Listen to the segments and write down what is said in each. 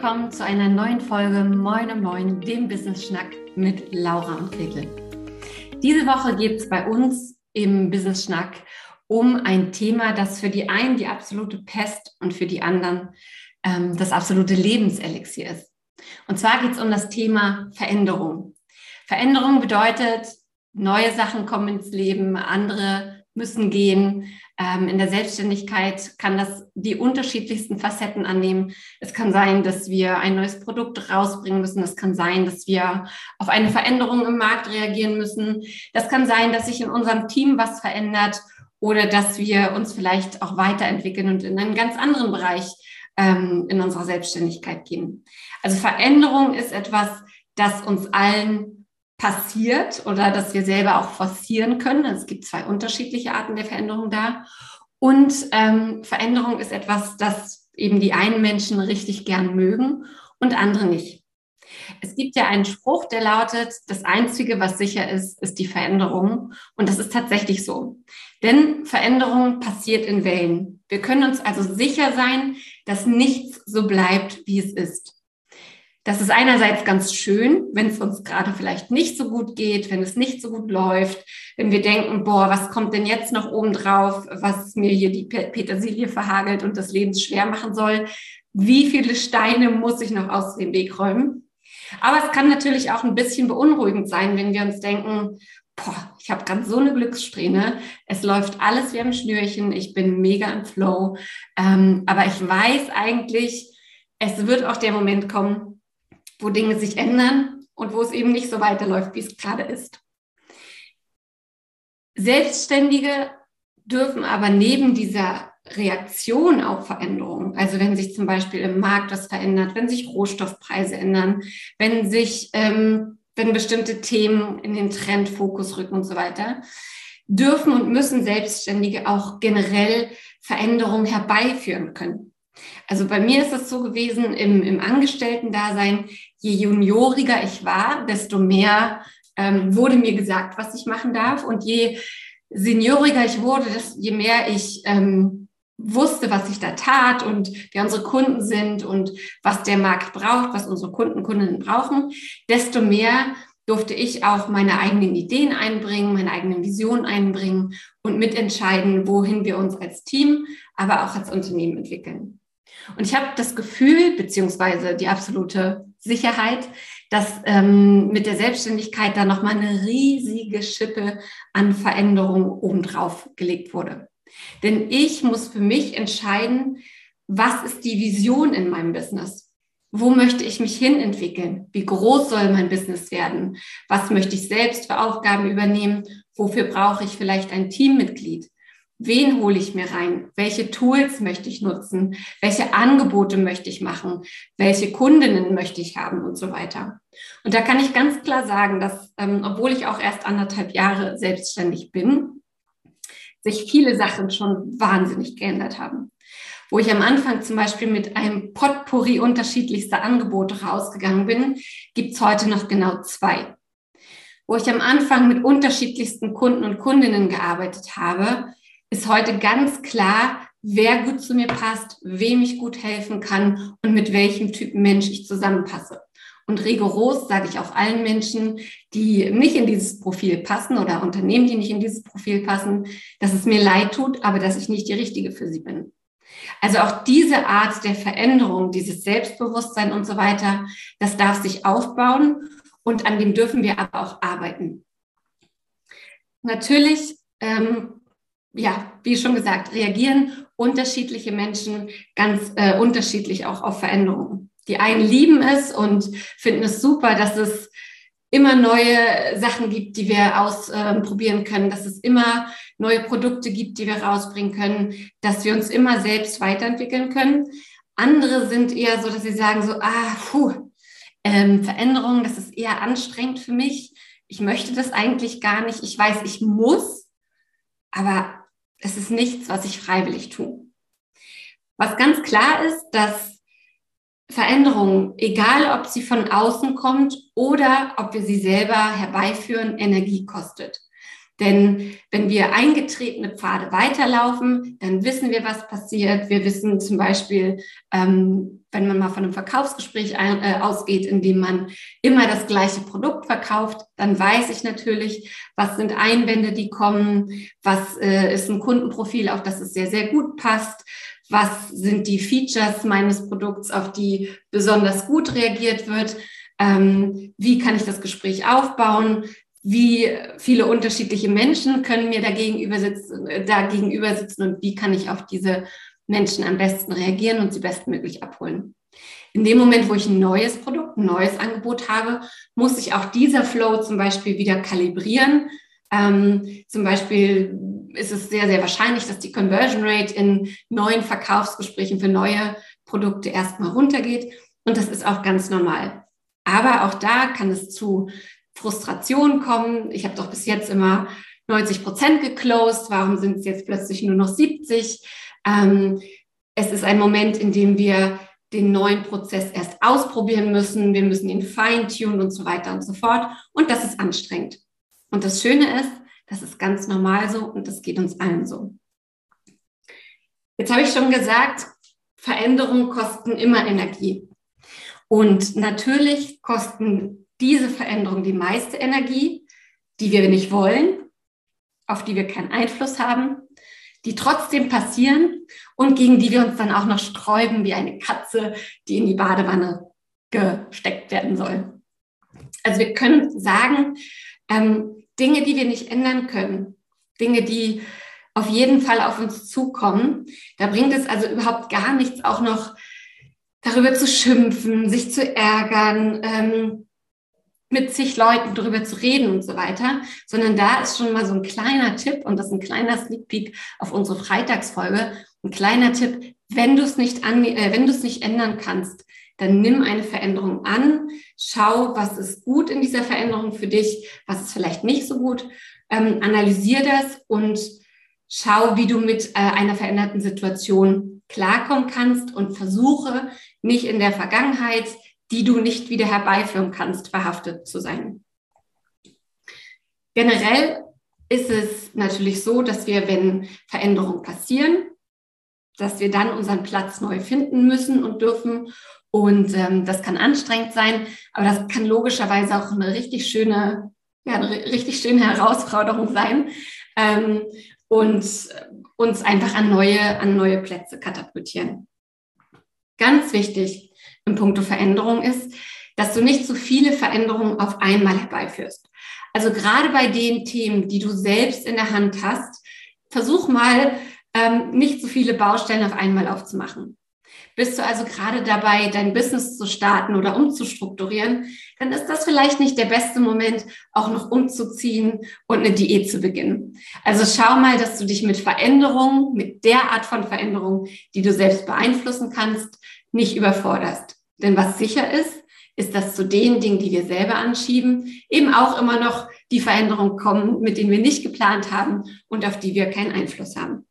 willkommen zu einer neuen Folge Moin um Moin, dem Business Schnack mit Laura und Gretel. Diese Woche geht es bei uns im Business Schnack um ein Thema, das für die einen die absolute Pest und für die anderen das absolute Lebenselixier ist. Und zwar geht es um das Thema Veränderung. Veränderung bedeutet, neue Sachen kommen ins Leben, andere müssen gehen. In der Selbstständigkeit kann das die unterschiedlichsten Facetten annehmen. Es kann sein, dass wir ein neues Produkt rausbringen müssen. Es kann sein, dass wir auf eine Veränderung im Markt reagieren müssen. Das kann sein, dass sich in unserem Team was verändert oder dass wir uns vielleicht auch weiterentwickeln und in einen ganz anderen Bereich in unserer Selbstständigkeit gehen. Also Veränderung ist etwas, das uns allen passiert oder dass wir selber auch forcieren können. Also es gibt zwei unterschiedliche Arten der Veränderung da. Und Veränderung ist etwas, das eben die einen Menschen richtig gern mögen und andere nicht. Es gibt ja einen Spruch, der lautet, das Einzige, was sicher ist, ist die Veränderung. Und das ist tatsächlich so. Denn Veränderung passiert in Wellen. Wir können uns also sicher sein, dass nichts so bleibt, wie es ist. Das ist einerseits ganz schön, wenn es uns gerade vielleicht nicht so gut geht, wenn es nicht so gut läuft, wenn wir denken, boah, was kommt denn jetzt noch oben drauf, was mir hier die Petersilie verhagelt und das Leben schwer machen soll. Wie viele Steine muss ich noch aus dem Weg räumen? Aber es kann natürlich auch ein bisschen beunruhigend sein, wenn wir uns denken, boah, ich habe ganz so eine Glückssträhne, es läuft alles wie am Schnürchen, ich bin mega im Flow, aber ich weiß eigentlich, es wird auch der Moment kommen, wo Dinge sich ändern und wo es eben nicht so weiterläuft, wie es gerade ist. Selbstständige dürfen aber neben dieser Reaktion auf Veränderungen, also wenn sich zum Beispiel im Markt was verändert, wenn sich Rohstoffpreise ändern, wenn bestimmte Themen in den Trendfokus rücken und so weiter, dürfen und müssen Selbstständige auch generell Veränderungen herbeiführen können. Also bei mir ist es so gewesen, im Angestellten-Dasein, je junioriger ich war, desto mehr wurde mir gesagt, was ich machen darf. Und je senioriger ich wurde, je mehr ich wusste, was ich da tat und wer unsere Kunden sind und was der Markt braucht, was unsere Kundinnen brauchen, desto mehr durfte ich auch meine eigenen Ideen einbringen, meine eigenen Visionen einbringen und mitentscheiden, wohin wir uns als Team, aber auch als Unternehmen entwickeln. Und ich habe das Gefühl, beziehungsweise die absolute Sicherheit, dass mit der Selbstständigkeit da nochmal eine riesige Schippe an Veränderungen obendrauf gelegt wurde. Denn ich muss für mich entscheiden, was ist die Vision in meinem Business? Wo möchte ich mich hin entwickeln? Wie groß soll mein Business werden? Was möchte ich selbst für Aufgaben übernehmen? Wofür brauche ich vielleicht ein Teammitglied? Wen hole ich mir rein? Welche Tools möchte ich nutzen? Welche Angebote möchte ich machen? Welche Kundinnen möchte ich haben und so weiter? Und da kann ich ganz klar sagen, dass, obwohl ich auch erst 1,5 Jahre selbstständig bin, sich viele Sachen schon wahnsinnig geändert haben. Wo ich am Anfang zum Beispiel mit einem Potpourri unterschiedlichster Angebote rausgegangen bin, gibt es heute noch genau 2. Wo ich am Anfang mit unterschiedlichsten Kunden und Kundinnen gearbeitet habe, ist heute ganz klar, wer gut zu mir passt, wem ich gut helfen kann und mit welchem Typen Mensch ich zusammenpasse. Und rigoros sage ich auch allen Menschen, die nicht in dieses Profil passen oder Unternehmen, die nicht in dieses Profil passen, dass es mir leid tut, aber dass ich nicht die Richtige für sie bin. Also auch diese Art der Veränderung, dieses Selbstbewusstsein und so weiter, das darf sich aufbauen und an dem dürfen wir aber auch arbeiten. Natürlich, wie schon gesagt, reagieren unterschiedliche Menschen ganz unterschiedlich auch auf Veränderungen. Die einen lieben es und finden es super, dass es immer neue Sachen gibt, die wir ausprobieren können, dass es immer neue Produkte gibt, die wir rausbringen können, dass wir uns immer selbst weiterentwickeln können. Andere sind eher so, dass sie sagen so, Veränderungen, das ist eher anstrengend für mich. Ich möchte das eigentlich gar nicht. Ich weiß, ich muss, aber es ist nichts, was ich freiwillig tue. Was ganz klar ist, dass Veränderung, egal ob sie von außen kommt oder ob wir sie selber herbeiführen, Energie kostet. Denn wenn wir eingetretene Pfade weiterlaufen, dann wissen wir, was passiert. Wir wissen zum Beispiel, wenn man mal von einem Verkaufsgespräch ausgeht, in dem man immer das gleiche Produkt verkauft, dann weiß ich natürlich, was sind Einwände, die kommen, was ist ein Kundenprofil, auf das es sehr, sehr gut passt, was sind die Features meines Produkts, auf die besonders gut reagiert wird, wie kann ich das Gespräch aufbauen, wie viele unterschiedliche Menschen können mir da gegenüber sitzen und wie kann ich auf diese Menschen am besten reagieren und sie bestmöglich abholen. In dem Moment, wo ich ein neues Produkt, ein neues Angebot habe, muss sich auch dieser Flow zum Beispiel wieder kalibrieren. Zum Beispiel ist es sehr, sehr wahrscheinlich, dass die Conversion Rate in neuen Verkaufsgesprächen für neue Produkte erstmal runtergeht. Und das ist auch ganz normal. Aber auch da kann es zu Frustration kommen. Ich habe doch bis jetzt immer 90% geclosed. Warum sind es jetzt plötzlich nur noch 70? Es ist ein Moment, in dem wir den neuen Prozess erst ausprobieren müssen. Wir müssen ihn feintunen und so weiter und so fort. Und das ist anstrengend. Und das Schöne ist, das ist ganz normal so und das geht uns allen so. Jetzt habe ich schon gesagt, Veränderungen kosten immer Energie. Und natürlich kosten diese Veränderungen die meiste Energie, die wir nicht wollen, auf die wir keinen Einfluss haben, die trotzdem passieren und gegen die wir uns dann auch noch sträuben wie eine Katze, die in die Badewanne gesteckt werden soll. Also wir können sagen, Dinge, die wir nicht ändern können, Dinge, die auf jeden Fall auf uns zukommen, da bringt es also überhaupt gar nichts, auch noch darüber zu schimpfen, sich zu ärgern, mit zig Leuten darüber zu reden und so weiter, sondern da ist schon mal so ein kleiner Tipp und das ist ein kleiner Sneak Peek auf unsere Freitagsfolge, ein kleiner Tipp, wenn du es nicht ändern kannst, dann nimm eine Veränderung an, schau, was ist gut in dieser Veränderung für dich, was ist vielleicht nicht so gut, analysier das und schau, wie du mit einer veränderten Situation klarkommen kannst und versuche nicht in der Vergangenheit, die du nicht wieder herbeiführen kannst, verhaftet zu sein. Generell ist es natürlich so, dass wir, wenn Veränderungen passieren, dass wir dann unseren Platz neu finden müssen und dürfen. Und das kann anstrengend sein, aber das kann logischerweise auch eine richtig schöne Herausforderung sein und uns einfach an neue Plätze katapultieren. Ganz wichtig in puncto Veränderung ist, dass du nicht so viele Veränderungen auf einmal herbeiführst. Also gerade bei den Themen, die du selbst in der Hand hast, versuch mal, nicht so viele Baustellen auf einmal aufzumachen. Bist du also gerade dabei, dein Business zu starten oder umzustrukturieren, dann ist das vielleicht nicht der beste Moment, auch noch umzuziehen und eine Diät zu beginnen. Also schau mal, dass du dich mit Veränderungen, mit der Art von Veränderung, die du selbst beeinflussen kannst, nicht überforderst. Denn was sicher ist, ist, dass zu den Dingen, die wir selber anschieben, eben auch immer noch die Veränderungen kommen, mit denen wir nicht geplant haben und auf die wir keinen Einfluss haben.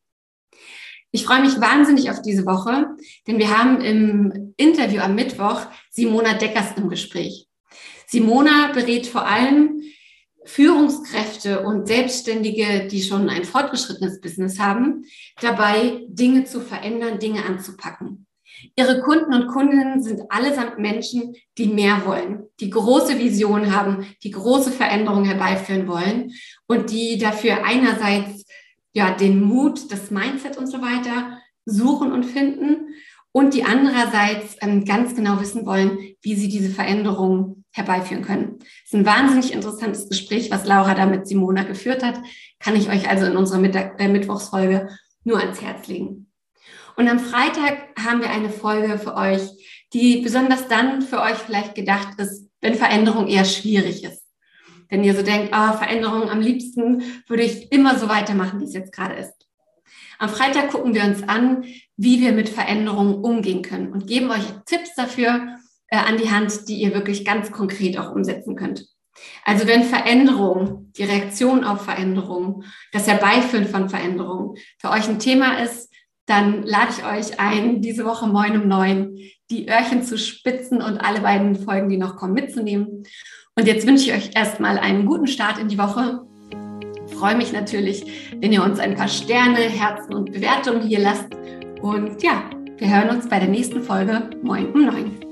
Ich freue mich wahnsinnig auf diese Woche, denn wir haben im Interview am Mittwoch Simona Deckers im Gespräch. Simona berät vor allem Führungskräfte und Selbstständige, die schon ein fortgeschrittenes Business haben, dabei Dinge zu verändern, Dinge anzupacken. Ihre Kunden und Kundinnen sind allesamt Menschen, die mehr wollen, die große Visionen haben, die große Veränderungen herbeiführen wollen und die dafür einerseits den Mut, das Mindset und so weiter suchen und finden und die andererseits ganz genau wissen wollen, wie sie diese Veränderungen herbeiführen können. Es ist ein wahnsinnig interessantes Gespräch, was Laura da mit Simona geführt hat. Kann ich euch also in unserer Mittwochsfolge nur ans Herz legen. Und am Freitag haben wir eine Folge für euch, die besonders dann für euch vielleicht gedacht ist, wenn Veränderung eher schwierig ist. Wenn ihr so denkt, Veränderung, am liebsten würde ich immer so weitermachen, wie es jetzt gerade ist. Am Freitag gucken wir uns an, wie wir mit Veränderungen umgehen können und geben euch Tipps dafür an die Hand, die ihr wirklich ganz konkret auch umsetzen könnt. Also wenn Veränderung, die Reaktion auf Veränderung, das Herbeiführen von Veränderungen für euch ein Thema ist, dann lade ich euch ein, diese Woche Moin um 9 die Öhrchen zu spitzen und alle beiden Folgen, die noch kommen, mitzunehmen. Und jetzt wünsche ich euch erstmal einen guten Start in die Woche. freue mich natürlich, wenn ihr uns ein paar Sterne, Herzen und Bewertungen hier lasst. Und ja, wir hören uns bei der nächsten Folge Moin um 9.